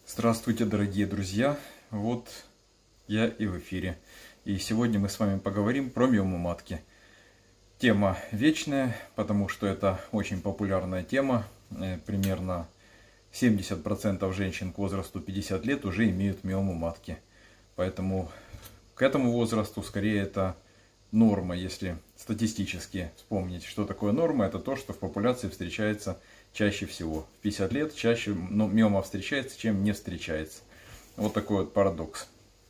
Здравствуйте, дорогие друзья! Вот я и в эфире. И сегодня мы с вами поговорим про миому матки. Тема вечная, потому что это очень популярная тема. Примерно 70% женщин к возрасту 50 лет уже имеют миому матки. Поэтому к этому возрасту скорее это норма, если статистически вспомнить, что такое норма. Это то, что в популяции встречается чаще всего. В 50 лет чаще миома встречается, чем не встречается. Вот такой вот парадокс.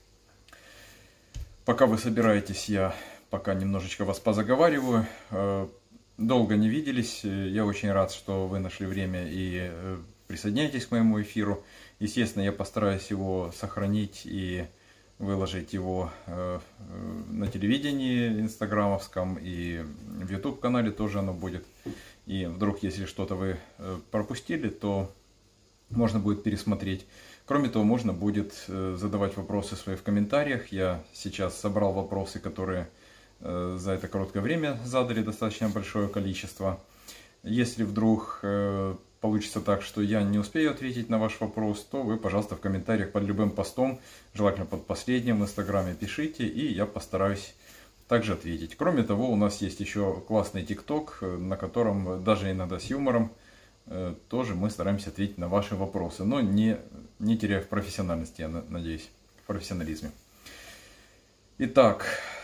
Пока вы собираетесь, я пока немножечко вас позаговариваю. Долго не виделись. Я очень рад, что вы нашли время и присоединяйтесь к моему эфиру. Естественно, я постараюсь его сохранить и выложить его на телевидении инстаграмовском, и в YouTube канале тоже оно будет. И вдруг, если что-то вы пропустили, то можно будет пересмотреть. Кроме того, можно будет задавать вопросы свои в комментариях. Я сейчас собрал вопросы, которые за это короткое время задали достаточно большое количество. Если вдруг получится так, что я не успею ответить на ваш вопрос, то вы, пожалуйста, в комментариях под любым постом, желательно под последним в инстаграме, пишите, и я постараюсь также ответить. Кроме того, у нас есть еще классный ТикТок, на котором даже иногда с юмором тоже мы стараемся ответить на ваши вопросы, но не теряя в профессиональности, я надеюсь, в профессионализме. Итак,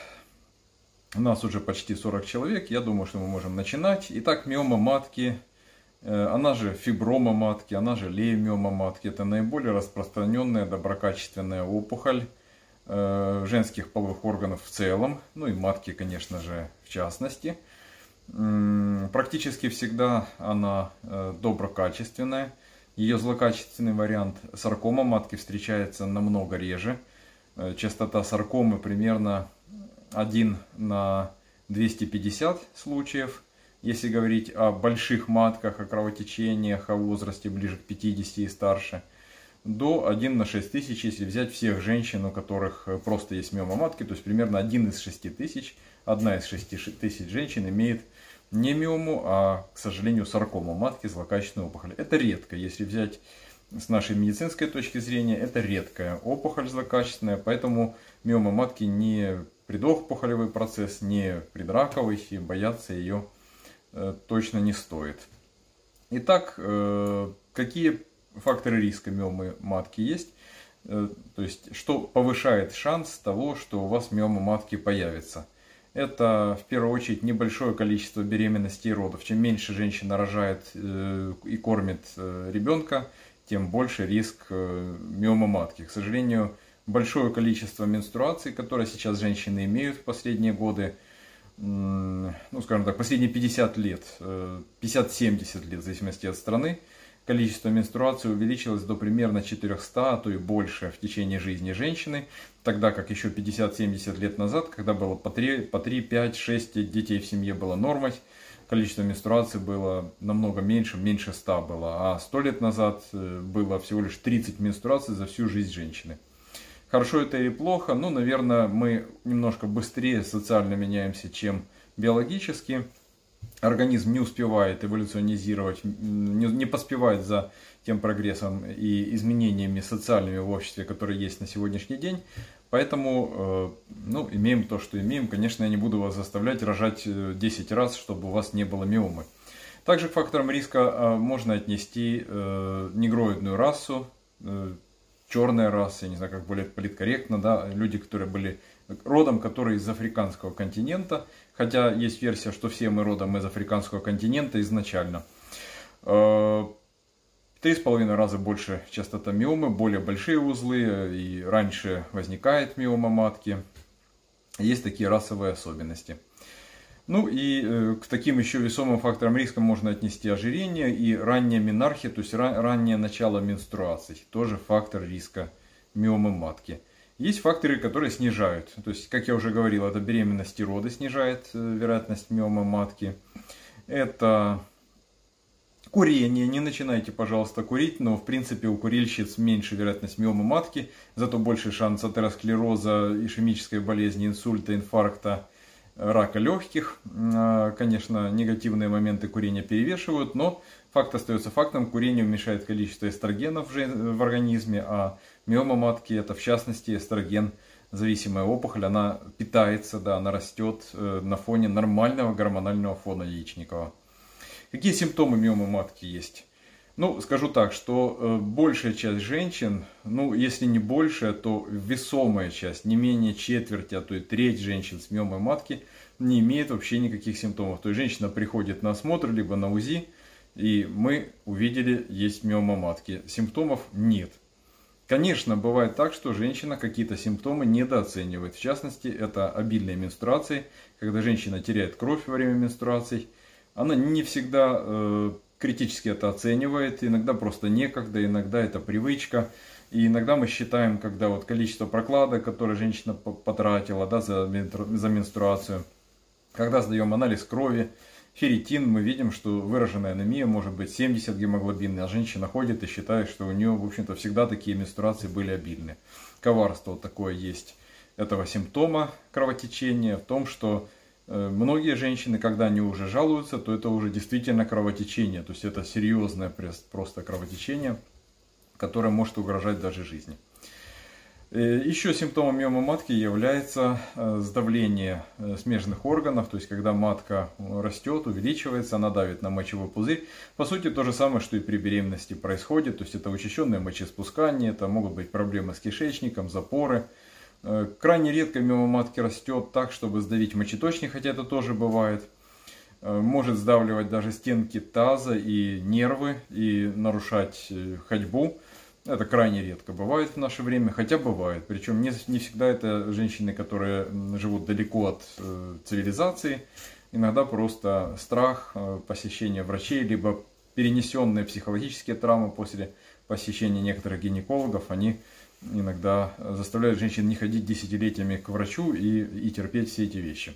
у нас уже почти 40 человек, я думаю, что мы можем начинать. Итак, миома матки, она же фиброма матки, она же леймиома матки, это наиболее распространенная доброкачественная опухоль женских половых органов в целом, ну и матки, конечно же, в частности. Практически всегда она доброкачественная. Ее злокачественный вариант саркома матки встречается намного реже. Частота саркомы примерно 1 на 250 случаев. Если говорить о больших матках, о кровотечениях, о возрасте ближе к 50 и старше, до 1 на 6 тысяч, если взять всех женщин, у которых просто есть миома матки, то есть примерно 1 из 6 тысяч, 1 из 6 тысяч женщин имеет не миому, а, к сожалению, саркому матки, злокачественную опухоль. Это редко, если взять с нашей медицинской точки зрения, это редкая опухоль злокачественная, поэтому миома матки не предопухолевый процесс, не предраковый, и бояться ее точно не стоит. Итак, какие факторы риска миомы матки есть? То есть, что повышает шанс того, что у вас миома матки появится? Это, в первую очередь, небольшое количество беременностей и родов. Чем меньше женщина рожает и кормит ребенка, тем больше риск миомы матки. К сожалению, большое количество менструаций, которые сейчас женщины имеют в последние годы, ну, скажем так, последние 50 лет, 50-70 лет, в зависимости от страны, количество менструаций увеличилось до примерно 400, а то и больше в течение жизни женщины, тогда как еще 50-70 лет назад, когда было по 3, 5, 6 детей в семье было нормой, количество менструаций было намного меньше, меньше 100 было, а 100 лет назад было всего лишь 30 менструаций за всю жизнь женщины. Хорошо это или плохо? Ну, наверное, мы немножко быстрее социально меняемся, чем биологически. Организм не успевает эволюционизировать, не поспевает за тем прогрессом и изменениями социальными в обществе, которые есть на сегодняшний день. Поэтому, ну, имеем то, что имеем. Конечно, я не буду вас заставлять рожать 10 раз, чтобы у вас не было миомы. Также к факторам риска можно отнести негроидную расу, черная раса, я не знаю, как более политкорректно, да, люди, которые были родом, которые из африканского континента, хотя есть версия, что все мы родом из африканского континента изначально. 3,5 раза больше частота миомы, более большие узлы, и раньше возникает миома матки. Есть такие расовые особенности. Ну и к таким еще весомым факторам риска можно отнести ожирение и ранняя менархия, то есть раннее начало менструаций, тоже фактор риска миомы матки. Есть факторы, которые снижают, то есть, как я уже говорил, это беременность и роды снижает вероятность миомы матки. Это курение, не начинайте, пожалуйста, курить, но в принципе у курильщиц меньше вероятность миомы матки, зато больше шанс атеросклероза, ишемической болезни, инсульта, инфаркта рака легких. Конечно, негативные моменты курения перевешивают, но факт остается фактом. Курение уменьшает количество эстрогенов в организме, а миома матки — это в частности эстроген зависимая опухоль. Она питается, да, она растет на фоне нормального гормонального фона яичникового. Какие симптомы миомы матки есть? Ну, скажу так, что большая часть женщин, ну, если не большая, то весомая часть, не менее четверти, а то и треть женщин с миомой матки не имеет вообще никаких симптомов. То есть женщина приходит на осмотр, либо на УЗИ, и мы увидели, есть миома матки. Симптомов нет. Конечно, бывает так, что женщина какие-то симптомы недооценивает. В частности, это обильные менструации, когда женщина теряет кровь во время менструаций. Она не всегда критически это оценивает, иногда просто некогда, иногда это привычка. И иногда мы считаем, когда вот количество прокладок, которые женщина потратила, да, за менструацию, когда сдаем анализ крови, ферритин, мы видим, что выраженная анемия может быть 70 гемоглобин, а женщина ходит и считает, что у нее, в общем-то, всегда такие менструации были обильные. Коварство вот такое есть этого симптома кровотечения в том, что многие женщины, когда они уже жалуются, то это уже действительно кровотечение. То есть это серьезное просто кровотечение, которое может угрожать даже жизни. Еще симптомом миомы матки является сдавление смежных органов. То есть когда матка растет, увеличивается, она давит на мочевой пузырь. По сути то же самое, что и при беременности происходит. То есть это учащенное мочеиспускание, это могут быть проблемы с кишечником, запоры. Крайне редко миома матки растет так, чтобы сдавить мочеточник, хотя это тоже бывает. Может сдавливать даже стенки таза и нервы, и нарушать ходьбу. Это крайне редко бывает в наше время, хотя бывает. Причем не всегда это женщины, которые живут далеко от цивилизации. Иногда просто страх, посещение врачей, либо перенесенные психологические травмы после посещения некоторых гинекологов, они иногда заставляют женщин не ходить десятилетиями к врачу и терпеть все эти вещи.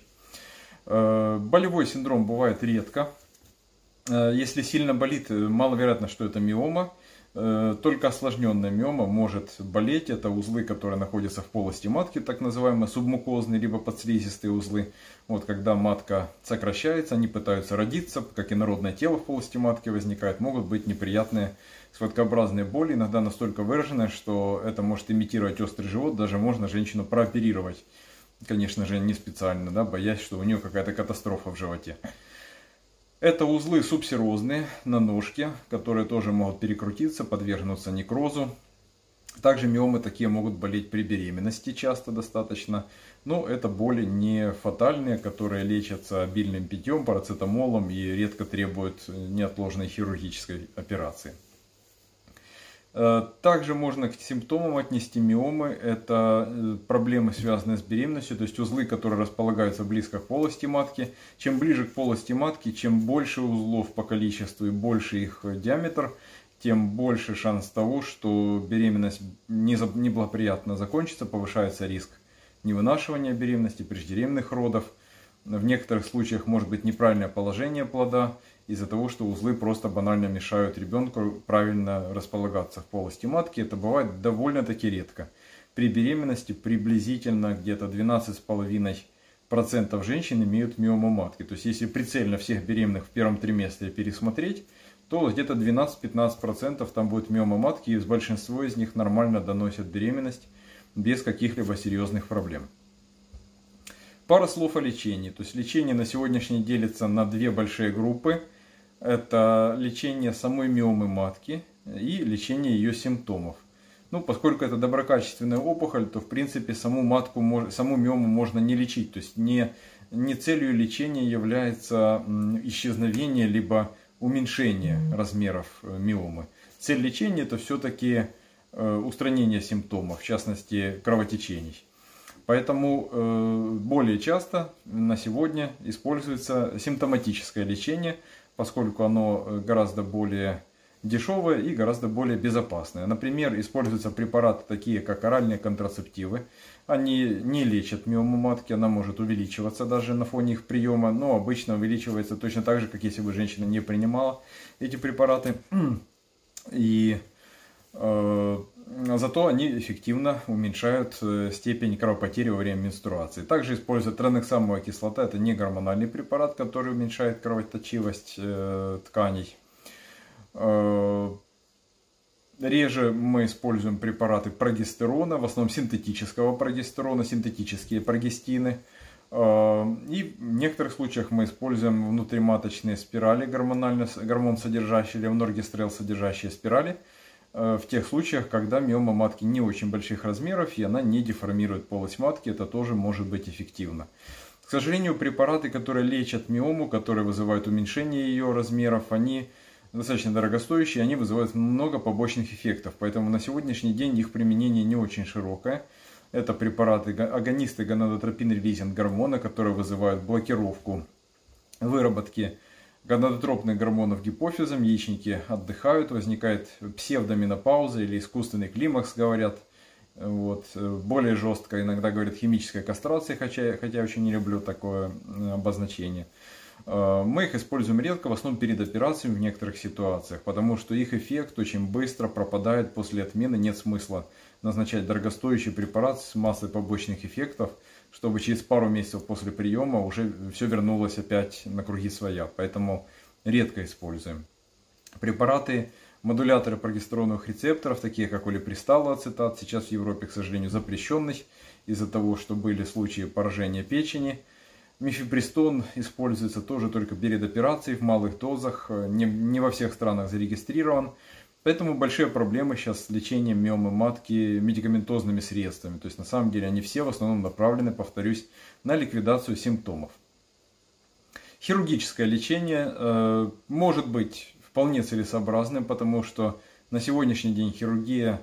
Болевой синдром бывает редко. Если сильно болит, маловероятно, что это миома. Только осложненная миома может болеть. Это узлы, которые находятся в полости матки, так называемые субмукозные, либо подслизистые узлы. Вот когда матка сокращается, они пытаются родиться, как инородное тело в полости матки возникает, могут быть неприятные схваткообразные боли, иногда настолько выраженные, что это может имитировать острый живот, даже можно женщину прооперировать. Конечно же, не специально, да, боясь, что у нее какая-то катастрофа в животе. Это узлы субсерозные на ножке, которые тоже могут перекрутиться, подвергнуться некрозу. Также миомы такие могут болеть при беременности, часто достаточно. Но это боли не фатальные, которые лечатся обильным питьем, парацетамолом и редко требуют неотложной хирургической операции. Также можно к симптомам отнести миомы. Это проблемы, связанные с беременностью, то есть узлы, которые располагаются близко к полости матки. Чем ближе к полости матки, чем больше узлов по количеству и больше их диаметр, тем больше шанс того, что беременность неблагоприятно закончится, повышается риск невынашивания беременности, преждевременных родов. В некоторых случаях может быть неправильное положение плода из-за того, что узлы просто банально мешают ребенку правильно располагаться в полости матки. Это бывает довольно-таки редко. При беременности приблизительно где-то 12,5% женщин имеют миому матки. То есть если прицельно всех беременных в первом триместре пересмотреть, то где-то 12-15% там будет миома матки, и большинство из них нормально доносят беременность без каких-либо серьезных проблем. Пара слов о лечении. То есть лечение на сегодняшний день делится на две большие группы. Это лечение самой миомы матки и лечение ее симптомов. Ну, поскольку это доброкачественная опухоль, то в принципе саму миому можно не лечить. То есть не целью лечения является исчезновение либо уменьшение размеров миомы. Цель лечения — это все-таки устранение симптомов, в частности кровотечений. Поэтому более часто на сегодня используется симптоматическое лечение, поскольку оно гораздо более дешевое и гораздо более безопасное. Например, используются препараты такие, как оральные контрацептивы. Они не лечат миому матки, она может увеличиваться даже на фоне их приема, но обычно увеличивается точно так же, как если бы женщина не принимала эти препараты. И Зато они эффективно уменьшают степень кровопотери во время менструации. Также используют транексамовая кислота. Это не гормональный препарат, который уменьшает кровоточивость тканей. Реже мы используем препараты прогестерона, в основном синтетического прогестерона, синтетические прогестины. И в некоторых случаях мы используем внутриматочные спирали, гормон содержащие или норгестрел содержащие спирали, в тех случаях, когда миома матки не очень больших размеров и она не деформирует полость матки, это тоже может быть эффективно. К сожалению, препараты, которые лечат миому, которые вызывают уменьшение ее размеров, они достаточно дорогостоящие, они вызывают много побочных эффектов, поэтому на сегодняшний день их применение не очень широкое. Это препараты, агонисты гонадотропин-релизинг гормона, которые вызывают блокировку выработки гонадотропных гормонов гипофизом, яичники отдыхают, возникает псевдоменопауза или искусственный климакс, говорят. Вот. Более жестко иногда говорят химическая кастрация, хотя я очень не люблю такое обозначение. Мы их используем редко, в основном перед операцией в некоторых ситуациях, потому что их эффект очень быстро пропадает после отмены. Нет смысла назначать дорогостоящий препарат с массой побочных эффектов, чтобы через пару месяцев после приема уже все вернулось опять на круги своя. Поэтому редко используем. Препараты, модуляторы прогестероновых рецепторов, такие как олипристал ацетат, сейчас в Европе, к сожалению, запрещенный из-за того, что были случаи поражения печени. Мифепристон используется тоже только перед операцией в малых дозах, не во всех странах зарегистрирован. Поэтому большие проблемы сейчас с лечением миомы матки медикаментозными средствами. То есть на самом деле они все в основном направлены, повторюсь, на ликвидацию симптомов. Хирургическое лечение может быть вполне целесообразным, потому что на сегодняшний день хирургия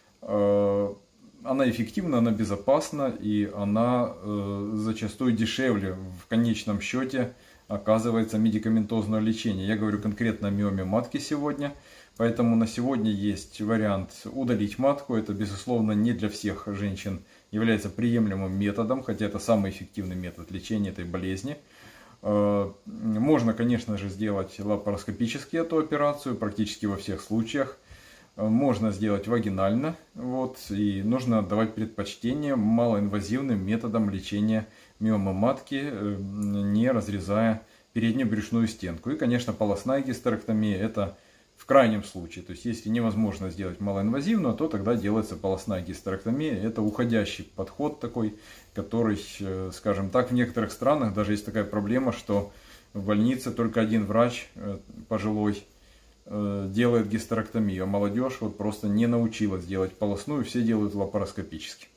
она эффективна, она безопасна и она зачастую дешевле в конечном счете оказывается медикаментозного лечения. Я говорю конкретно о миоме матки сегодня, поэтому на сегодня есть вариант удалить матку. Это, безусловно, не для всех женщин является приемлемым методом, хотя это самый эффективный метод лечения этой болезни. Можно, конечно же, сделать лапароскопически эту операцию практически во всех случаях. Можно сделать вагинально, вот, и нужно отдавать предпочтение малоинвазивным методам лечения миомы матки, не разрезая переднюю брюшную стенку. И, конечно, полостная гистерэктомия – это в крайнем случае. То есть, если невозможно сделать малоинвазивную, то тогда делается полостная гистерэктомия. Это уходящий подход такой, который, скажем так, в некоторых странах даже есть такая проблема, что в больнице только один врач пожилой делает гистерэктомию, а молодежь вот просто не научилась делать полостную, все делают лапароскопически.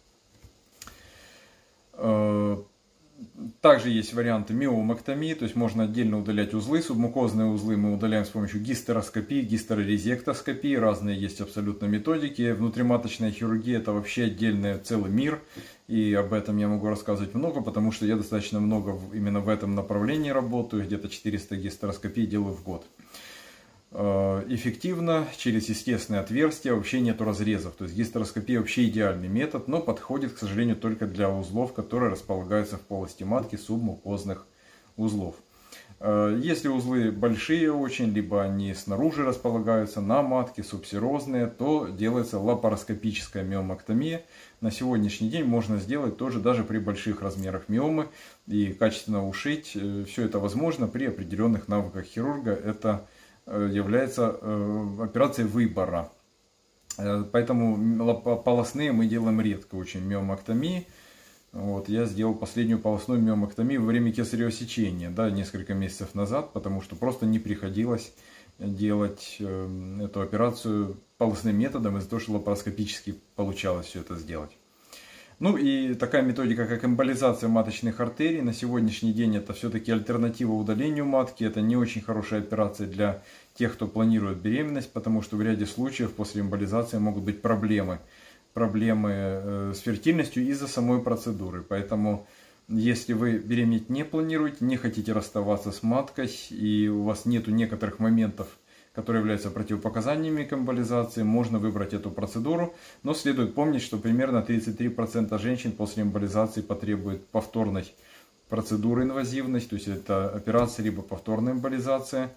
Также есть варианты миомэктомии, то есть можно отдельно удалять узлы, субмукозные узлы мы удаляем с помощью гистероскопии, гистерорезектоскопии, разные есть абсолютно методики. Внутриматочная хирургия – это вообще отдельный целый мир, и об этом я могу рассказывать много, потому что я достаточно много именно в этом направлении работаю, где-то 400 гистероскопий делаю в год. Эффективно, через естественные отверстия, вообще нету разрезов. То есть гистероскопия вообще идеальный метод, но подходит, к сожалению, только для узлов, которые располагаются в полости матки, субмукозных узлов. Если узлы большие очень, либо они снаружи располагаются на матке, субсерозные, то делается лапароскопическая миомэктомия. На сегодняшний день можно сделать тоже даже при больших размерах миомы и качественно ушить. Все это возможно при определенных навыках хирурга. Это является операцией выбора. Поэтому полостные мы делаем редко очень миомэктомии. Вот, я сделал последнюю полостную миомэктомию во время кесарево сечения, да, несколько месяцев назад, потому что просто не приходилось делать эту операцию полостным методом из-за того, что лапароскопически получалось все это сделать. Ну и такая методика, как эмболизация маточных артерий, на сегодняшний день это все-таки альтернатива удалению матки. Это не очень хорошая операция для тех, кто планирует беременность, потому что в ряде случаев после эмболизации могут быть проблемы с фертильностью из-за самой процедуры. Поэтому, если вы беременеть не планируете, не хотите расставаться с маткой и у вас нету некоторых моментов, которые являются противопоказаниями к эмболизации, можно выбрать эту процедуру, но следует помнить, что примерно 33% женщин после эмболизации потребует повторной процедуры инвазивной, то есть это операция либо повторная эмболизация,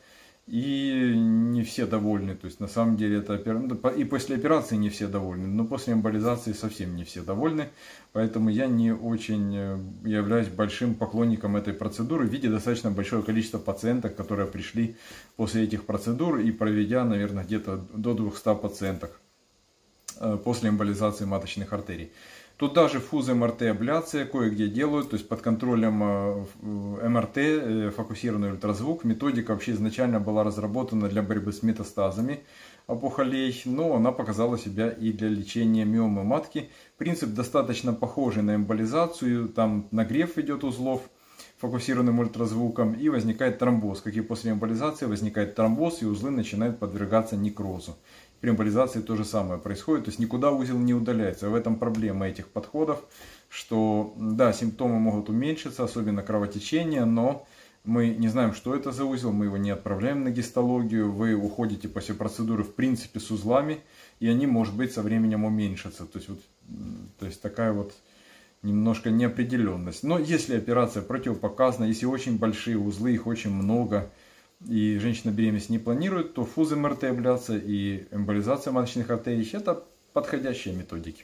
И не все довольны, то есть на самом деле это и после операции не все довольны, но после эмболизации совсем не все довольны, поэтому я не очень являюсь большим поклонником этой процедуры, видя достаточно большое количество пациенток, которые пришли после этих процедур и проведя, наверное, где-то до 200 пациенток после эмболизации маточных артерий. Тут даже фуз-МРТ-абляция кое-где делают, то есть под контролем МРТ, фокусированный ультразвук. Методика вообще изначально была разработана для борьбы с метастазами опухолей, но она показала себя и для лечения миомы матки. Принцип достаточно похожий на эмболизацию, там нагрев идет узлов фокусированным ультразвуком и возникает тромбоз. Как и после эмболизации возникает тромбоз и узлы начинают подвергаться некрозу. При эмболизации то же самое происходит, то есть никуда узел не удаляется. В этом проблема этих подходов, что да, симптомы могут уменьшиться, особенно кровотечение, но мы не знаем, что это за узел, мы его не отправляем на гистологию, вы уходите после процедуры в принципе с узлами, и они, может быть, со временем уменьшатся. То есть такая вот немножко неопределенность. Но если операция противопоказана, если очень большие узлы, их очень много, и женщина беременность не планирует, то фуз-МРТ-абляция и эмболизация маточных артерий – это подходящие методики.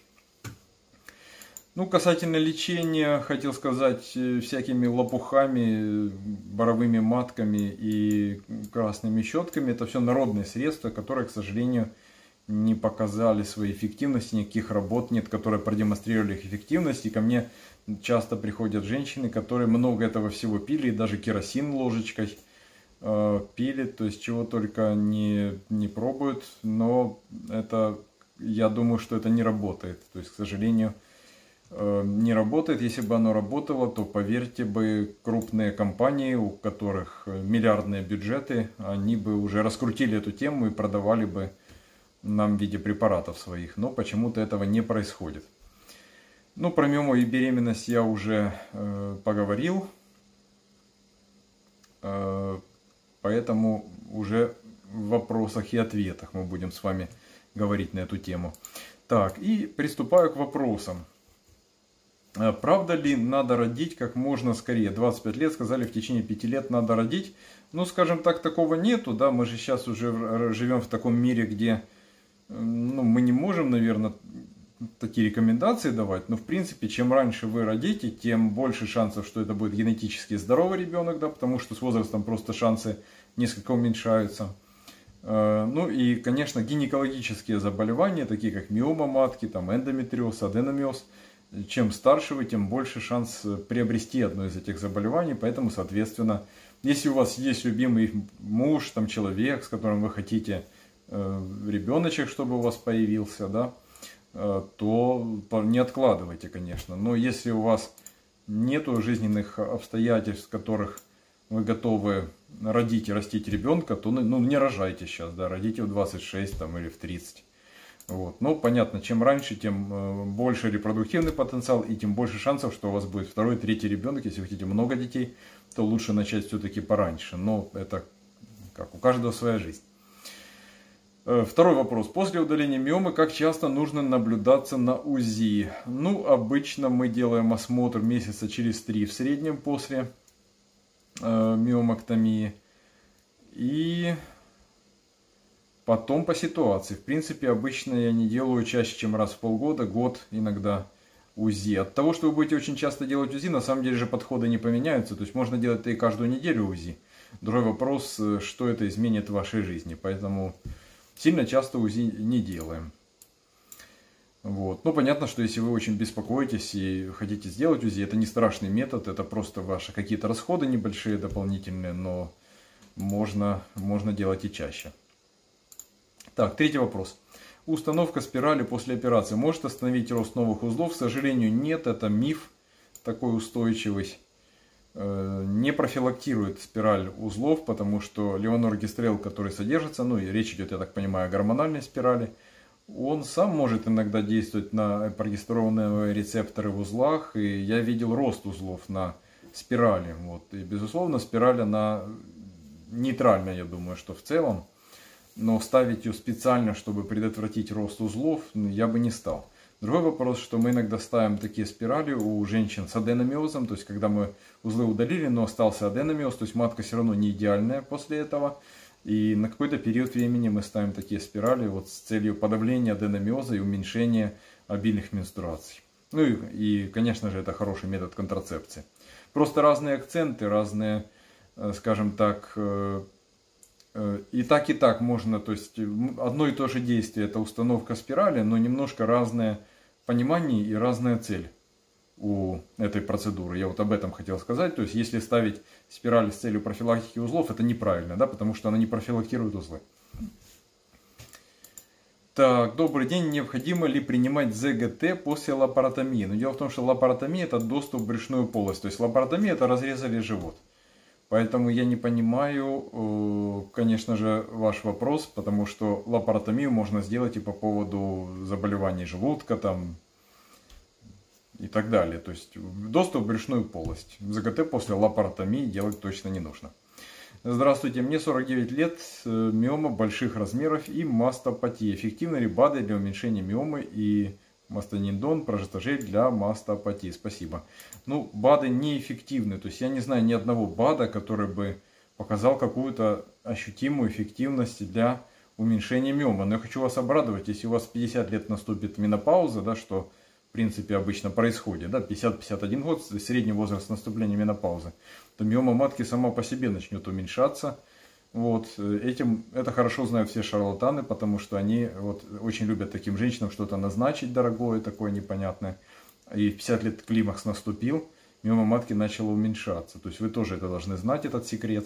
Ну, касательно лечения, хотел сказать, всякими лопухами, боровыми матками и красными щетками – это все народные средства, которые, к сожалению, не показали своей эффективности, никаких работ нет, которые продемонстрировали их эффективность. И ко мне часто приходят женщины, которые много этого всего пили, и даже керосин ложечкой пили, то есть чего только не пробуют, но это, я думаю, что это не работает. То есть, к сожалению, не работает. Если бы оно работало, то, поверьте бы, крупные компании, у которых миллиардные бюджеты, они бы уже раскрутили эту тему и продавали бы нам в виде препаратов своих. Но почему-то этого не происходит. Ну, про миому и беременность я уже поговорил. Поэтому уже в вопросах и ответах мы будем с вами говорить на эту тему. Так, и приступаю к вопросам. Правда ли надо родить как можно скорее? 25 лет, сказали, в течение 5 лет надо родить. Ну, скажем так, такого нету, да, мы же сейчас уже живем в таком мире, где мы не можем, наверное, такие рекомендации давать, но в принципе, чем раньше вы родите, тем больше шансов, что это будет генетически здоровый ребенок, да, потому что с возрастом просто шансы несколько уменьшаются. Ну и, конечно, гинекологические заболевания, такие как миома матки, там, эндометриоз, аденомиоз, чем старше вы, тем больше шанс приобрести одно из этих заболеваний, поэтому, соответственно, если у вас есть любимый муж, там, человек, с которым вы хотите ребеночек, чтобы у вас появился, да, то не откладывайте, конечно. Но если у вас нет жизненных обстоятельств, в которых вы готовы родить и растить ребенка, то не рожайте сейчас, да, родите в 26 там, или в 30. Вот. Но понятно, чем раньше, тем больше репродуктивный потенциал и тем больше шансов, что у вас будет второй, третий ребенок. Если вы хотите много детей, то лучше начать все-таки пораньше. Но это как у каждого своя жизнь. Второй вопрос. После удаления миомы, как часто нужно наблюдаться на УЗИ? Ну, обычно мы делаем осмотр месяца через 3 в среднем после миомэктомии. И потом по ситуации. В принципе, обычно я не делаю чаще, чем раз в полгода, год иногда УЗИ. От того, что вы будете очень часто делать УЗИ, на самом деле же подходы не поменяются. То есть можно делать и каждую неделю УЗИ. Другой вопрос, что это изменит в вашей жизни. Поэтому сильно часто УЗИ не делаем. Вот. Ну, понятно, что если вы очень беспокоитесь и хотите сделать УЗИ, это не страшный метод, это просто ваши какие-то расходы небольшие, дополнительные, но можно делать и чаще. Так, третий вопрос. Установка спирали после операции может остановить рост новых узлов? К сожалению, нет, это миф такой устойчивый. Не профилактирует спираль узлов, потому что левоноргистрел, который содержится, ну и речь идет, я так понимаю, о гормональной спирали, он сам может иногда действовать на прогестероновые рецепторы в узлах, и я видел рост узлов на спирали. Вот. И, безусловно, спираль, она нейтральная, я думаю, что в целом, но ставить ее специально, чтобы предотвратить рост узлов, я бы не стал. Другой вопрос, что мы иногда ставим такие спирали у женщин с аденомиозом, то есть когда мы узлы удалили, но остался аденомиоз, то есть матка все равно не идеальная после этого. И на какой-то период времени мы ставим такие спирали вот с целью подавления аденомиоза и уменьшения обильных менструаций. Ну и, конечно же, это хороший метод контрацепции. Просто разные акценты, разные, скажем так, и так можно, то есть одно и то же действие — это установка спирали, но немножко разное понимание и разная цель у этой процедуры. Я вот об этом хотел сказать. То есть если ставить спираль с целью профилактики узлов, это неправильно, да, потому что она не профилактирует узлы. Так, добрый день. Необходимо ли принимать ЗГТ после лапаротомии? Но дело в том, что лапаротомия — это доступ в брюшную полость. То есть лапаротомия — это разрезали живот. Поэтому я не понимаю, конечно же, ваш вопрос, потому что лапаротомию можно сделать и по поводу заболеваний желудка там, и так далее. То есть доступ в брюшную полость. ЗГТ после лапаротомии делать точно не нужно. Здравствуйте, мне 49 лет, миома больших размеров и мастопатия. Эффективны ли БАДы для уменьшения миомы и мастониндон, прожестожель для мастопатии? Спасибо. Ну, БАДы неэффективны. То есть я не знаю ни одного БАДа, который бы показал какую-то ощутимую эффективность для уменьшения миомы. Но я хочу вас обрадовать, если у вас 50 лет наступит менопауза, да, что в принципе обычно происходит, да, 50-51 год, средний возраст наступления менопаузы, то миома матки сама по себе начнет уменьшаться. Вот, это хорошо знают все шарлатаны, потому что они вот очень любят таким женщинам что-то назначить дорогое, такое непонятное. И в 50 лет климакс наступил, миома матки начала уменьшаться. То есть вы тоже это должны знать, этот секрет.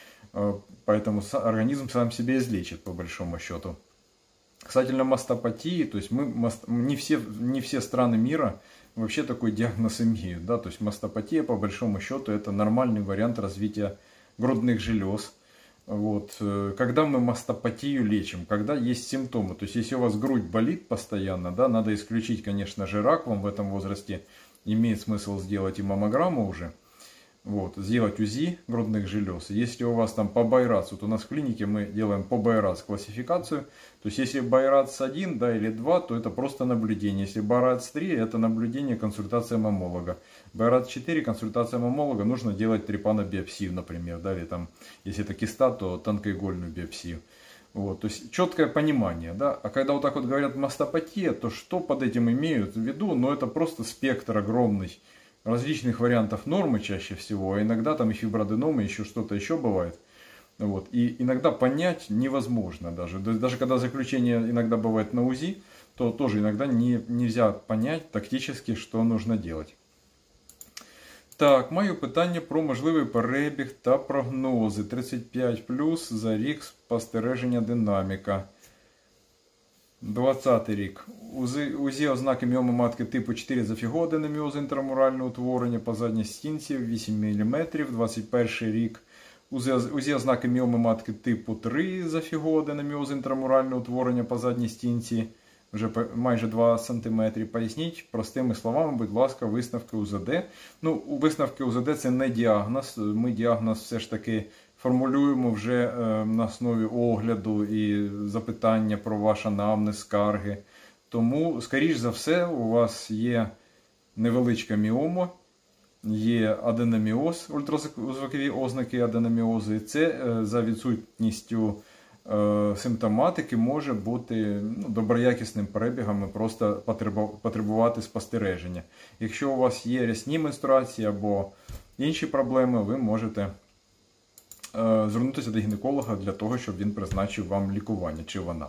Поэтому организм сам себя излечит, по большому счету. Касательно мастопатии, то есть не все страны мира вообще такой диагноз имеют. Да? То есть мастопатия, по большому счету, это нормальный вариант развития грудных желез. Вот. Когда мы мастопатию лечим? Когда есть симптомы. То есть если у вас грудь болит постоянно, да, надо исключить, конечно же, рак. Вам в этом возрасте имеет смысл сделать и маммограмму уже. Вот, сделать УЗИ грудных желез. Если у вас там по Байрац, вот у нас в клинике мы делаем по Байрац классификацию. То есть если Байрац 1, да, или 2, то это просто наблюдение. Если Байрац 3, это наблюдение, консультация маммолога. Байрац 4, консультация маммолога, нужно делать трепанобиопсию, например, да, или там, если это киста, то тонкоигольную биопсию. Вот, то есть четкое понимание, да. А когда вот так вот говорят мастопатия, то что под этим имеют в виду? Ну, это просто спектр огромный различных вариантов нормы чаще всего, а иногда там и фиброаденомы, еще что-то еще бывает. Вот. И иногда понять невозможно даже. Даже когда заключение иногда бывает на УЗИ, то тоже иногда нельзя понять тактически, что нужно делать. Так, мое питання про можливий перебіг та прогнози. 35+, за рік спостереження динаміка. 20 рік. УЗІ ознаки міоми матки типу 4 зафігоаденоміоз інтрамуральне утворення по задній стінці 8 мм. 21 рік. УЗІ ознаки міоми матки типу 3 зафігоаденоміоз інтрамуральне утворення по задній стінці вже майже 2 см. Поясніть простими словами, будь ласка, висновки УЗД. Ну, висновки УЗД це не діагноз. Ми діагноз все ж таки формулюємо вже на основі огляду і запитання про ваш анамнез, скарги. Тому, скоріш за все, у вас є невеличка міома, є аденоміоз, ультразвукові ознаки аденоміозу. І це за відсутністю симптоматики може бути доброякісним перебігом і просто потребувати спостереження. Якщо у вас є рясні менструації або інші проблеми, ви можете звернутися до гінеколога для того, щоб він призначив вам лікування, чи вона.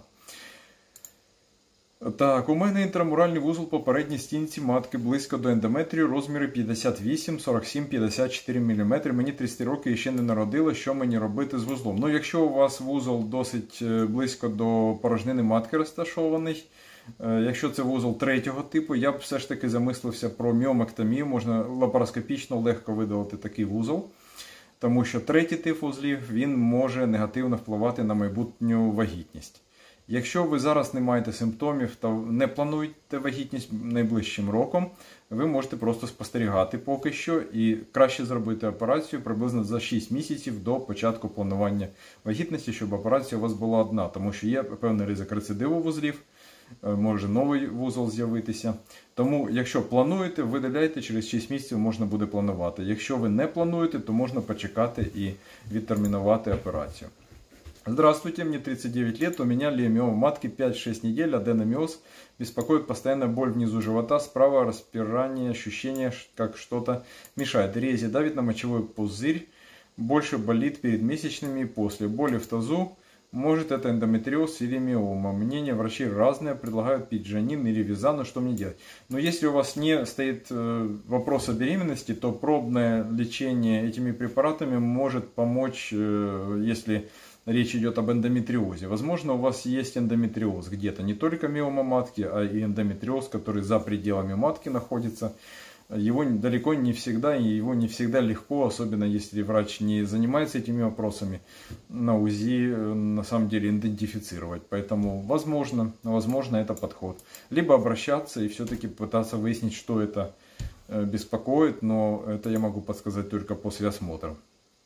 Так, у мене інтрамуральний вузол по передній стінці матки близько до ендометрію, розміри 58, 47, 54 мм. Мені 30 років і ще не народила, що мені робити з вузлом. Ну, якщо у вас вузол досить близько до порожнини матки розташований, якщо це вузол третього типу, я б все ж таки замислився про міомектомію, можна лапароскопічно легко видалити такий вузол. Тому що третій тип вузлів, він може негативно впливати на майбутню вагітність. Якщо ви зараз не маєте симптомів та не плануєте вагітність найближчим роком, ви можете просто спостерігати поки що і краще зробити операцію приблизно за 6 місяців до початку планування вагітності, щоб операція у вас була одна, тому що є певний ризик рецидиву вузлів, може новий вузол з'явитися. Тому, якщо плануєте, видаляйте, через 6 місяців можна буде планувати. Якщо ви не плануєте, то можна почекати і відтермінувати операцію. Здравствуйте, мне 39 лет, у меня лиомиома матки 5-6 недель, аденомиоз, беспокоит постоянная боль внизу живота, справа распирание, ощущение, как что-то мешает, рези давит на мочевой пузырь, больше болит перед месячными и после, боли в тазу, может это эндометриоз или миома. Мнения врачей разные, предлагают пить Джанин или Визану, что мне делать. Но если у вас не стоит вопрос о беременности, то пробное лечение этими препаратами может помочь, если речь идет об эндометриозе. Возможно, у вас есть эндометриоз где-то, не только миома матки, а и эндометриоз, который за пределами матки находится. Его далеко не всегда, и его не всегда легко, особенно если врач не занимается этими вопросами, на УЗИ на самом деле идентифицировать. Поэтому возможно это подход. Либо обращаться и все-таки пытаться выяснить, что это беспокоит, но это я могу подсказать только после осмотра.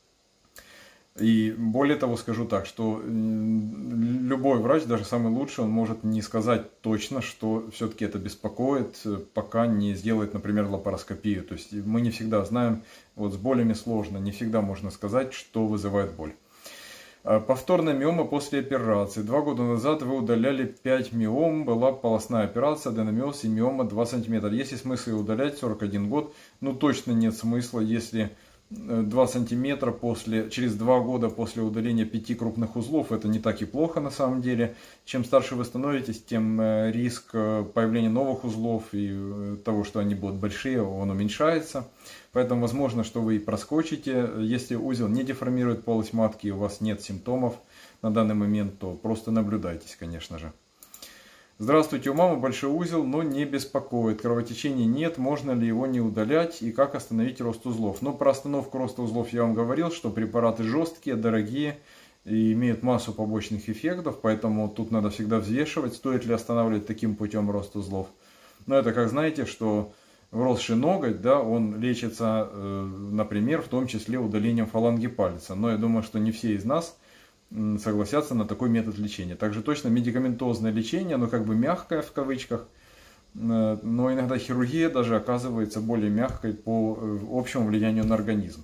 И более того скажу так, что любой врач, даже самый лучший, он может не сказать точно, что все-таки это беспокоит, пока не сделает, например, лапароскопию. То есть мы не всегда знаем, вот с болями сложно, не всегда можно сказать, что вызывает боль. Повторная миома после операции. 2 года назад вы удаляли 5 миом, была полостная операция, аденомиоз и миома 2 см. Есть ли смысл ее удалять? 41 год. Ну точно нет смысла, если 2 сантиметра через 2 года после удаления 5 крупных узлов, это не так и плохо на самом деле. Чем старше вы становитесь, тем риск появления новых узлов и того, что они будут большие, он уменьшается. Поэтому возможно, что вы и проскочите. Если узел не деформирует полость матки и у вас нет симптомов на данный момент, то просто наблюдайтесь, конечно же. Здравствуйте, у мамы большой узел, но не беспокоит. Кровотечения нет, можно ли его не удалять и как остановить рост узлов? Ну, про остановку роста узлов я вам говорил, что препараты жесткие, дорогие и имеют массу побочных эффектов, поэтому тут надо всегда взвешивать, стоит ли останавливать таким путем рост узлов. Но это как знаете, что вросший ноготь, да, он лечится, например, в том числе удалением фаланги пальца. Но я думаю, что не все из нас согласятся на такой метод лечения. Также точно медикаментозное лечение, оно как бы мягкое в кавычках, но иногда хирургия даже оказывается более мягкой по общему влиянию на организм.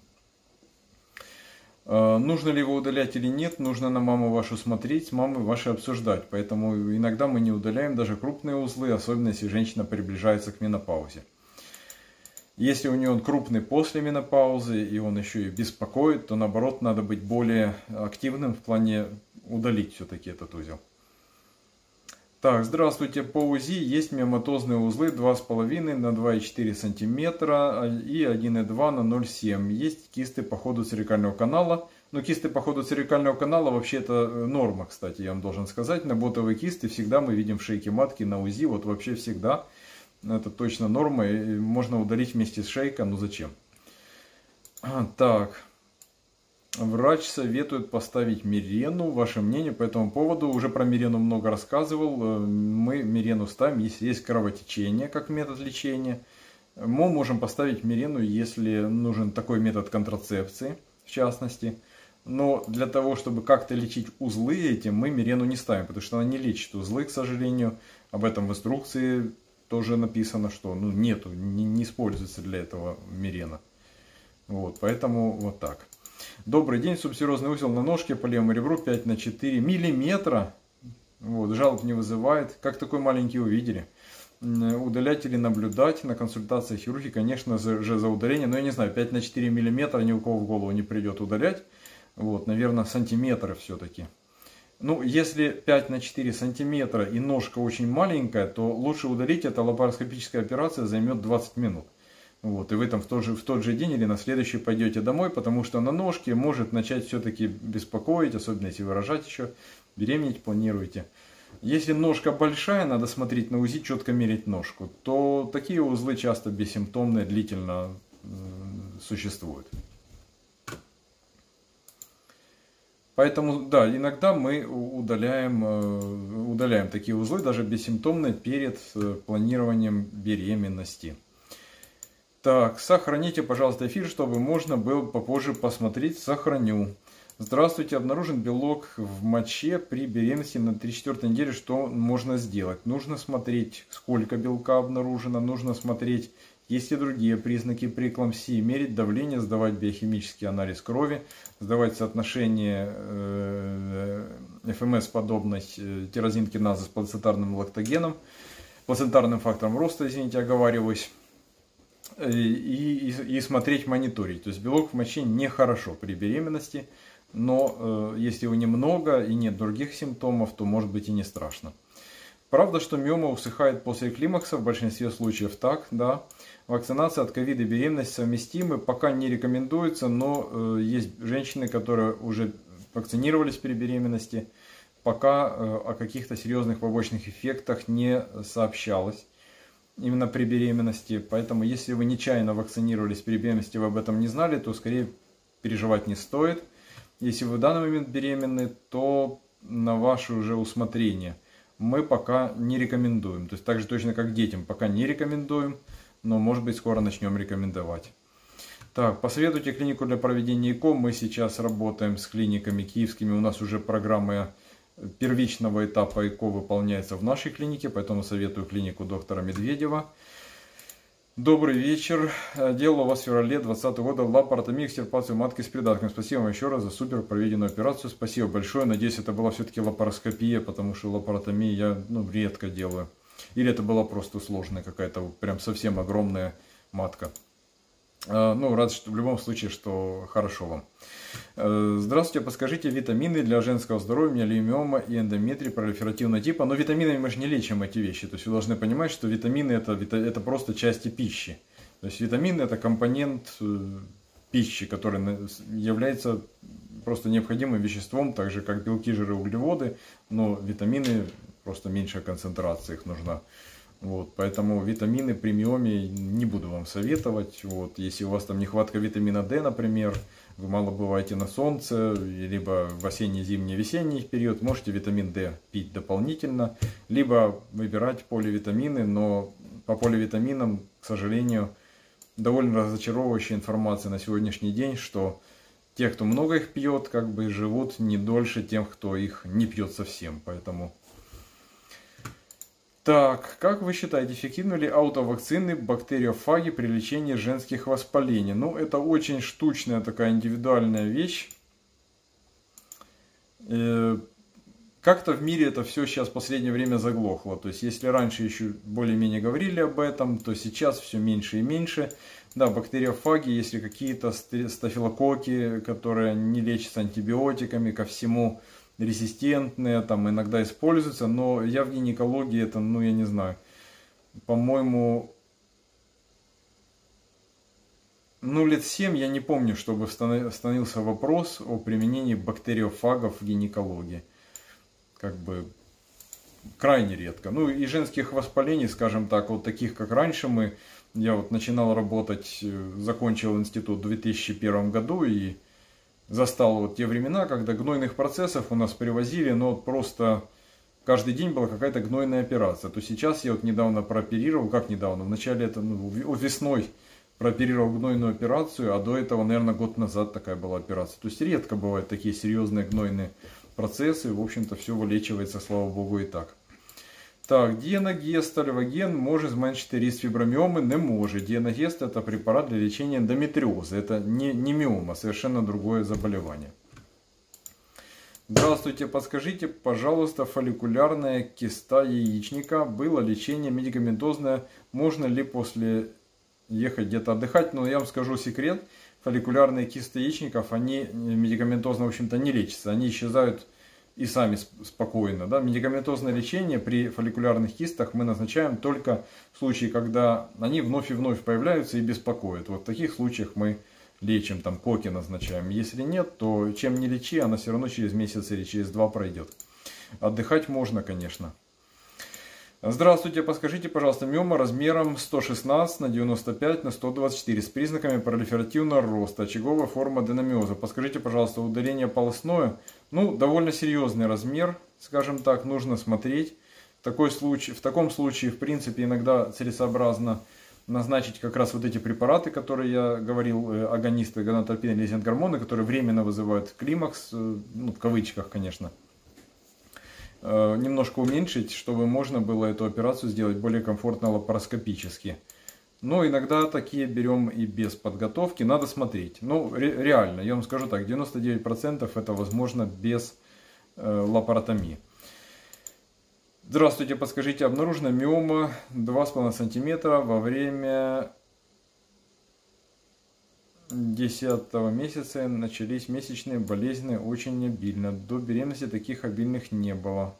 Нужно ли его удалять или нет, нужно на маму вашу смотреть, с мамой вашей обсуждать. Поэтому иногда мы не удаляем даже крупные узлы, особенно если женщина приближается к менопаузе. Если у нее он крупный после менопаузы и он еще и беспокоит, то наоборот надо быть более активным в плане удалить все-таки этот узел. Так, здравствуйте, по УЗИ есть миоматозные узлы 2,5 на 2,4 см и 1,2 на 0,7. Есть кисты по ходу цервикального канала. Но кисты по ходу цервикального канала вообще это норма, кстати, я вам должен сказать. Наботовые кисты всегда мы видим в шейке матки на УЗИ, вот вообще всегда. Это точно норма, и можно удалить вместе с шейкой, но зачем? Так, врач советует поставить Мирену. Ваше мнение по этому поводу? Уже про Мирену много рассказывал. Мы Мирену ставим, если есть кровотечение, как метод лечения. Мы можем поставить Мирену, если нужен такой метод контрацепции, в частности. Но для того, чтобы как-то лечить узлы этим, мы Мирену не ставим, потому что она не лечит узлы, к сожалению. Об этом в инструкции тоже написано, что не используется для этого Мирена. Вот, поэтому вот так. Добрый день, субсерозный узел на ножке по левому ребру 5 на 4 миллиметра. Вот, жалоб не вызывает. Как такой маленький увидели? Удалять или наблюдать на консультации хирурги, конечно же, за удаление. Но я не знаю, 5 на 4 миллиметра ни у кого в голову не придет удалять. Вот, наверное, сантиметры все-таки. Ну, если 5 на 4 сантиметра и ножка очень маленькая, то лучше удалить. Эта лапароскопическая операция займет 20 минут. Вот, и вы там в тот же день или на следующий пойдете домой, потому что на ножке может начать все-таки беспокоить, особенно если вы рожать еще, беременеть планируете. Если ножка большая, надо смотреть на УЗИ, четко мерить ножку, то такие узлы часто бессимптомные, длительно существуют. Поэтому, да, иногда мы удаляем такие узлы, даже бессимптомные, перед планированием беременности. Так, сохраните, пожалуйста, эфир, чтобы можно было попозже посмотреть. Сохраню. Здравствуйте, обнаружен белок в моче при беременности на 3-4 неделе. Что можно сделать? Нужно смотреть, сколько белка обнаружено, нужно смотреть, Есть и другие признаки преэклампсии. Мерить давление, сдавать биохимический анализ крови, сдавать соотношение ФМС подобной тирозин-киназы с плацентарным лактогеном, плацентарным фактором роста, извините, оговариваюсь, и смотреть, мониторить. То есть белок в моче нехорошо при беременности, но если его немного и нет других симптомов, то может быть и не страшно. Правда, что миома усыхает после климакса, в большинстве случаев так, да. Вакцинация от ковида и беременность совместимы, пока не рекомендуется, но есть женщины, которые уже вакцинировались при беременности, пока о каких-то серьезных побочных эффектах не сообщалось именно при беременности. Поэтому, если вы нечаянно вакцинировались при беременности, вы об этом не знали, то скорее переживать не стоит. Если вы в данный момент беременны, то на ваше уже усмотрение. Мы пока не рекомендуем. То есть так же точно как детям пока не рекомендуем, но может быть скоро начнем рекомендовать. Так, посоветуйте клинику для проведения ЭКО. Мы сейчас работаем с клиниками киевскими. У нас уже программа первичного этапа ЭКО выполняется в нашей клинике, поэтому советую клинику доктора Медведева. Добрый вечер. Делал у вас в феврале 2020 года лапаротомию, экстирпацию матки с придатком. Спасибо вам еще раз за супер проведенную операцию. Спасибо большое. Надеюсь, это была все-таки лапароскопия, потому что лапаротомию я редко делаю. Или это была просто сложная какая-то, прям совсем огромная матка. Рад, что в любом случае, что хорошо вам. Здравствуйте, подскажите витамины для женского здоровья, у меня лимиома и эндометрий пролиферативного типа. Но витаминами мы же не лечим эти вещи. То есть вы должны понимать, что витамины это просто части пищи. То есть витамины это компонент пищи, который является просто необходимым веществом, так же как белки, жиры, углеводы. Но витамины просто меньшая концентрация их нужна. Вот, поэтому витамины при миоме не буду вам советовать. Вот, если у вас там нехватка витамина D, например, вы мало бываете на солнце, либо в осенний, зимний, весенний период, можете витамин D пить дополнительно, либо выбирать поливитамины, но по поливитаминам, к сожалению, довольно разочаровывающая информация на сегодняшний день, что те, кто много их пьет, как бы живут не дольше тем, кто их не пьет совсем, поэтому... Так, как вы считаете, эффективны ли аутовакцины бактериофаги при лечении женских воспалений? Ну, это очень штучная такая индивидуальная вещь. Как-то в мире это все сейчас в последнее время заглохло. То есть, если раньше еще более-менее говорили об этом, то сейчас все меньше и меньше. Да, бактериофаги, если какие-то стафилококки, которые не лечатся антибиотиками, ко всему резистентные, там иногда используются, но я в гинекологии это, я не знаю, по-моему, лет 7 я не помню, чтобы становился вопрос о применении бактериофагов в гинекологии. Как бы крайне редко. И женских воспалений, скажем так, вот таких как раньше я вот начинал работать, закончил институт в 2001 году и застал вот те времена, когда гнойных процессов у нас привозили, но просто каждый день была какая-то гнойная операция. То сейчас я вот недавно прооперировал, как недавно, в начале весной прооперировал гнойную операцию, а до этого, наверное, год назад такая была операция. То есть редко бывают такие серьезные гнойные процессы, в общем-то все вылечивается, слава богу, и так. Так, дієнагест, альваген може зменшити риск фіброміоми? Не може. Дієнагест – это препарат для лечения эндометриоза. Это не миома, совершенно другое заболевание. Здравствуйте, подскажите, пожалуйста, фолликулярная киста яичника. Было лечение медикаментозное. Можно ли после ехать где-то отдыхать? Но я вам скажу секрет. Фолликулярные кисты яичников, они медикаментозно, в общем-то, не лечатся. Они исчезают и сами спокойно. Да? Медикаментозное лечение при фолликулярных кистах мы назначаем только в случае, когда они вновь и вновь появляются и беспокоят. Вот в таких случаях мы лечим, там коки назначаем. Если нет, то чем не лечи, она все равно через месяц или через 2 пройдет. Отдыхать можно, конечно. Здравствуйте, подскажите, пожалуйста, миома размером 116 на 95 на 124 с признаками пролиферативного роста, очаговая форма аденомиоза. Подскажите, пожалуйста, удаление полостное, довольно серьезный размер, скажем так, нужно смотреть. В таком случае, в принципе, иногда целесообразно назначить как раз вот эти препараты, которые я говорил, агонисты, гонадотропин, лизинг-гормоны, которые временно вызывают климакс, в кавычках, конечно. Немножко уменьшить, чтобы можно было эту операцию сделать более комфортно лапароскопически. Но иногда такие берем и без подготовки, надо смотреть. Ну, реально, я вам скажу так, 99% это возможно без лапаротомии. Здравствуйте, подскажите, обнаружена миома 2,5 см во время 10 месяца, начались месячные болезни, очень обильно. До беременности таких обильных не было.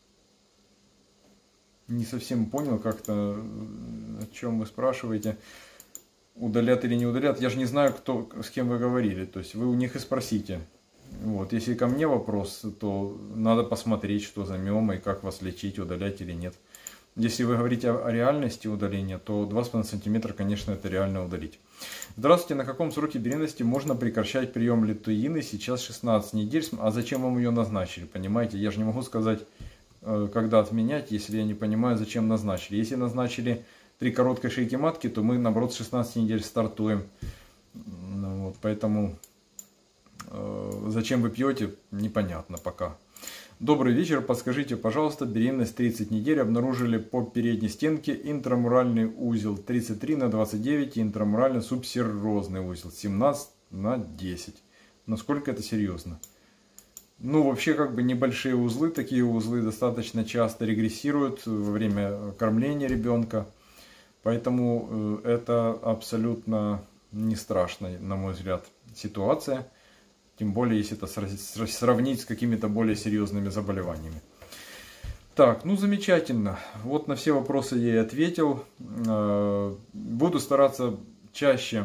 Не совсем понял как-то, о чем вы спрашиваете. Удалят или не удалят. Я же не знаю, кто, с кем вы говорили. То есть вы у них и спросите. Вот. Если ко мне вопрос, то надо посмотреть, что за миома и как вас лечить, удалять или нет. Если вы говорите о реальности удаления, то 2,5 см, конечно, это реально удалить. Здравствуйте, на каком сроке беременности можно прекращать прием лютеины? Сейчас 16 недель. А зачем вам ее назначили? Понимаете, я же не могу сказать, когда отменять, если я не понимаю, зачем назначили. Если назначили 3 короткой шейки матки, то мы, наоборот, с 16 недель стартуем. Вот, поэтому зачем вы пьете, непонятно пока. Добрый вечер, подскажите, пожалуйста, беременность 30 недель, обнаружили по передней стенке интрамуральный узел 33/29 и интрамуральный субсерозный узел 17/10. Насколько это серьезно? Ну, вообще, как бы небольшие узлы, такие узлы достаточно часто регрессируют во время кормления ребенка. Поэтому это абсолютно не страшная, на мой взгляд, ситуация. Тем более, если это сравнить с какими-то более серьезными заболеваниями. Так, ну замечательно. Вот на все вопросы я и ответил. Буду стараться чаще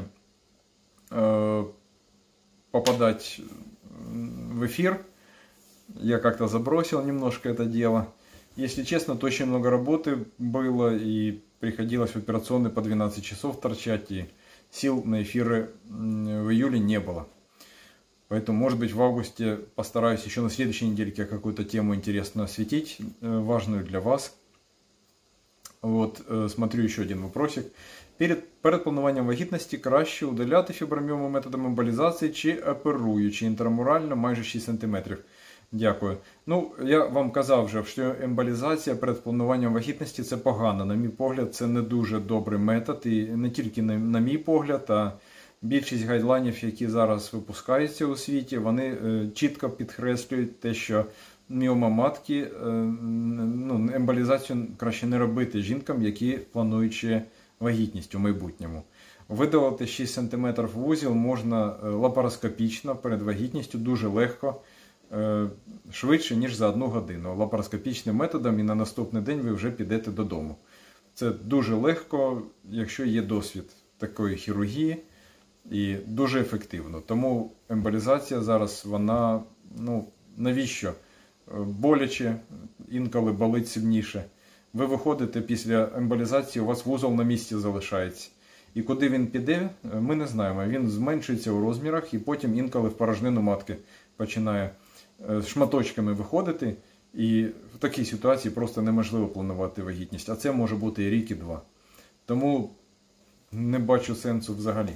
попадать в эфир. Я как-то забросил немножко это дело. Если честно, то очень много работы было, и приходилось в операционной по 12 часов торчать, и сил на эфиры в июле не было. Поэтому, может быть, в августе постараюсь еще на следующей недельке какую-то тему интересную осветить, важную для вас. Вот, смотрю еще один вопросик. Перед плануванням вагітності краще удаляти фіброміому методом емболізації чи оперуючи інтрамурально майже 6 см? Дякую. Ну, я вам казав вже, що емболізація перед плануванням вагітності – це погано. На мій погляд, це не дуже добрий метод. І не тільки на мій погляд, а більшість гайдлайнів, які зараз випускаються у світі, вони чітко підкреслюють те, що міома матки, ну, емболізацію краще не робити жінкам, які планують вагітність у майбутньому. Видалити 6 см вузол можна лапароскопічно перед вагітністю, дуже легко, швидше, ніж за 1 годину. Лапароскопічним методом, і на наступний день ви вже підете додому. Це дуже легко, якщо є досвід такої хірургії, і дуже ефективно. Тому емболізація зараз, вона, ну, навіщо? Боляче, інколи болить сильніше. Ви виходите після емболізації, у вас вузол на місці залишається. І куди він піде, ми не знаємо. Він зменшується у розмірах, і потім інколи в порожнину матки починає шматочками виходити. І в такій ситуації просто неможливо планувати вагітність. А це може бути і рік, і 2. Тому не бачу сенсу взагалі.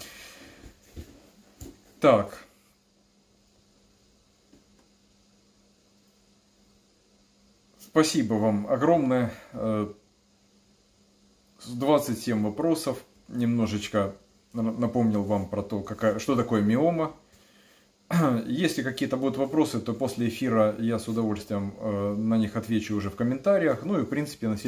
Так. Спасибо вам огромное. 27 вопросов. Немножечко напомнил вам про то, что такое миома. Если какие-то будут вопросы, то после эфира я с удовольствием на них отвечу уже в комментариях. Ну и в принципе на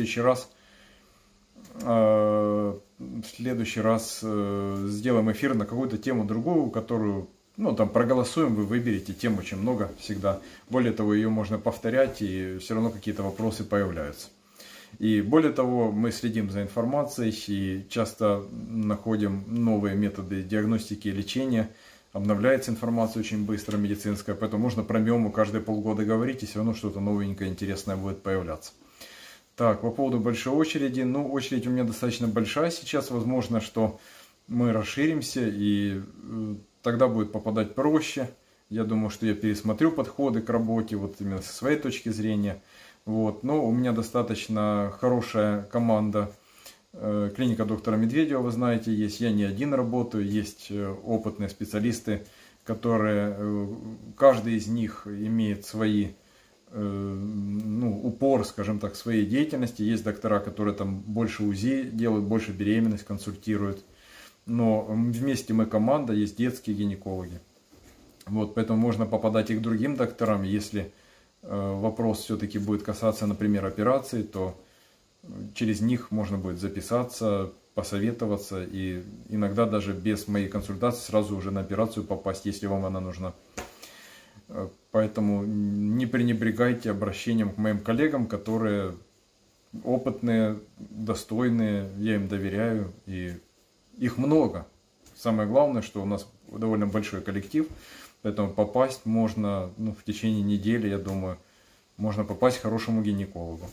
следующий раз сделаем эфир на какую-то тему другую, которую, ну, там проголосуем, вы выберете, тем очень много всегда. Более того, ее можно повторять, и все равно какие-то вопросы появляются. И более того, мы следим за информацией и часто находим новые методы диагностики и лечения. Обновляется информация очень быстро, медицинская, поэтому можно про миому каждые полгода говорить, и все равно что-то новенькое, интересное будет появляться. Так, по поводу большой очереди. Ну, очередь у меня достаточно большая сейчас. Возможно, что мы расширимся, и тогда будет попадать проще. Я думаю, что я пересмотрю подходы к работе, вот именно со своей точки зрения. Вот. Но у меня достаточно хорошая команда. Клиника доктора Медведева, вы знаете, есть. Я не один работаю, есть опытные специалисты, которые, каждый из них имеет свои упор, скажем так, в своей деятельности. Есть доктора, которые там больше УЗИ делают, больше беременность консультируют. Но вместе мы команда, есть детские гинекологи. Вот, поэтому можно попадать и к другим докторам. Если вопрос все-таки будет касаться, например, операции, то через них можно будет записаться, посоветоваться и иногда даже без моей консультации сразу уже на операцию попасть, если вам она нужна. Поэтому не пренебрегайте обращением к моим коллегам, которые опытные, достойные, я им доверяю, и их много. Самое главное, что у нас довольно большой коллектив, поэтому попасть можно, в течение недели, я думаю, можно попасть к хорошему гинекологу.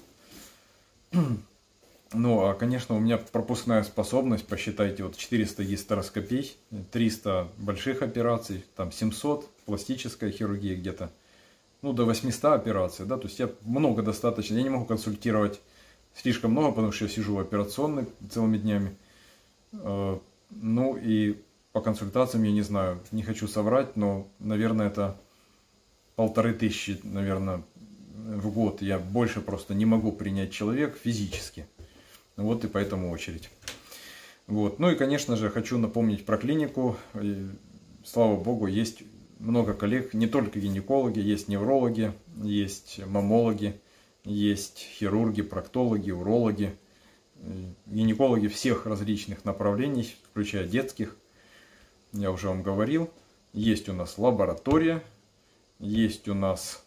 Ну, а, конечно, у меня пропускная способность, посчитайте, вот 400 гистероскопий, 300 больших операций, там 700, пластическая хирургия где-то, до 800 операций, да, то есть я много достаточно, я не могу консультировать слишком много, потому что я сижу в операционной целыми днями, ну, и по консультациям, я не знаю, не хочу соврать, но, наверное, это 1500, наверное, в год, я больше просто не могу принять человека физически. Вот и поэтому очередь. Вот. Ну и, конечно же, хочу напомнить про клинику. И, слава богу, есть много коллег, не только гинекологи, есть неврологи, есть маммологи, есть хирурги, проктологи, урологи, гинекологи всех различных направлений, включая детских. Я уже вам говорил. Есть у нас лаборатория, есть у нас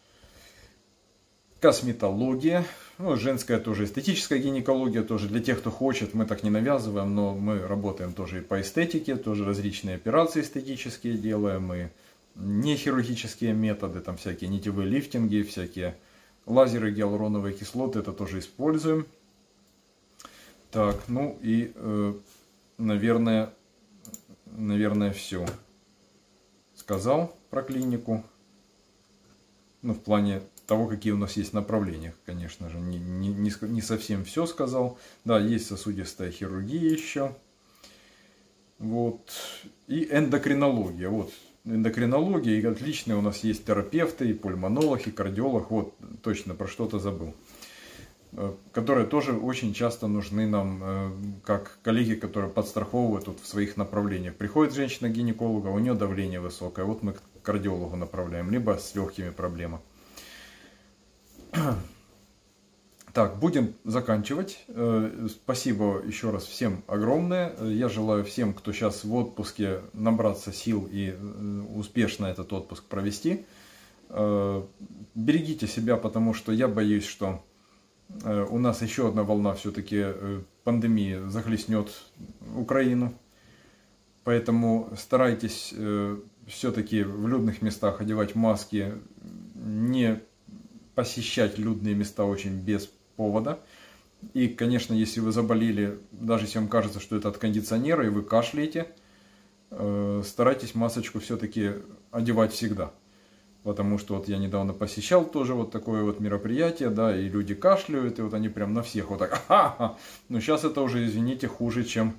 косметология, женская тоже, эстетическая гинекология тоже, для тех, кто хочет, мы так не навязываем, но мы работаем тоже и по эстетике, тоже различные операции эстетические делаем, и не хирургические методы, там всякие нитевые лифтинги, всякие лазеры, гиалуроновые кислоты, это тоже используем. Так, ну и, наверное, все сказал про клинику, в плане того, какие у нас есть направления, конечно же, не совсем все сказал. Да, есть сосудистая хирургия еще. Вот. И эндокринология. Вот. Эндокринология, и отличные у нас есть терапевты, и пульмонолог, и кардиолог. Вот, точно, про что-то забыл. Которые тоже очень часто нужны нам, как коллеги, которые подстраховывают в своих направлениях. Приходит женщина к гинекологу, у нее давление высокое, вот мы к кардиологу направляем, либо с легкими проблемами. Так, будем заканчивать. Спасибо еще раз всем огромное. Я желаю всем, кто сейчас в отпуске, набраться сил и успешно этот отпуск провести. Берегите себя, потому что я боюсь, что у нас еще одна волна все-таки пандемии захлестнет Украину. Поэтому старайтесь все-таки в людных местах одевать маски, не посещать людные места очень без повода. И, конечно, если вы заболели, даже если вам кажется, что это от кондиционера, и вы кашляете, старайтесь масочку все-таки одевать всегда. Потому что вот я недавно посещал тоже вот такое вот мероприятие, да, и люди кашляют, и вот они прям на всех вот так, ха-ха. Но сейчас это уже, извините, хуже, чем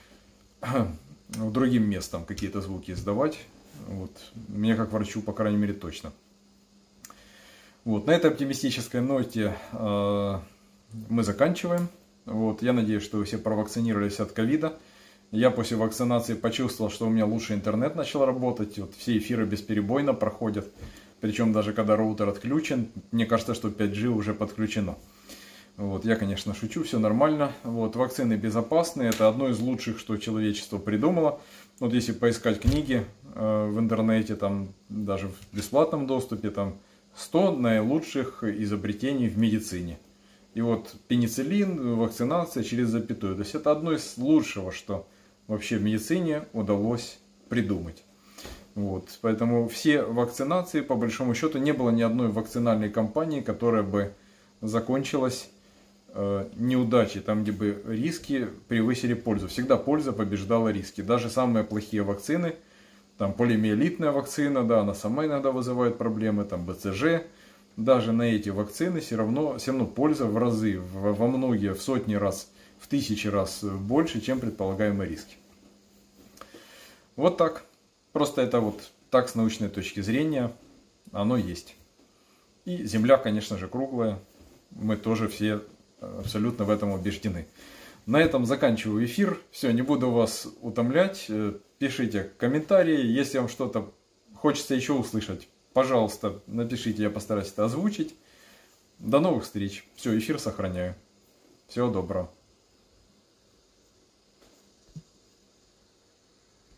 другим местам какие-то звуки издавать. Вот. Мне как врачу, по крайней мере, точно. Вот, на этой оптимистической ноте мы заканчиваем. Вот, я надеюсь, что вы все провакцинировались от ковида. Я после вакцинации почувствовал, что у меня лучше интернет начал работать. Вот, все эфиры бесперебойно проходят. Причем даже когда роутер отключен, мне кажется, что 5G уже подключено. Вот, я, конечно, шучу, все нормально. Вот, вакцины безопасны. Это одно из лучших, что человечество придумало. Вот если поискать книги в интернете, там даже в бесплатном доступе, там 100 наилучших изобретений в медицине. И вот пенициллин, вакцинация через запятую. То есть это одно из лучшего, что вообще в медицине удалось придумать. Вот. Поэтому все вакцинации, по большому счету, не было ни одной вакцинальной кампании, которая бы закончилась неудачей, там где бы риски превысили пользу. Всегда польза побеждала риски. Даже самые плохие вакцины, там полимиелитная вакцина, да, она сама иногда вызывает проблемы, там БЦЖ, даже на эти вакцины все равно польза в разы, во многие, в сотни раз, в тысячи раз больше, чем предполагаемые риски. Вот так. Просто это вот так с научной точки зрения оно есть. И Земля, конечно же, круглая. Мы тоже все абсолютно в этом убеждены. На этом заканчиваю эфир. Все, не буду вас утомлять. Пишите комментарии. Если вам что-то хочется еще услышать, пожалуйста, напишите, я постараюсь это озвучить. До новых встреч. Все, эфир сохраняю. Всего доброго.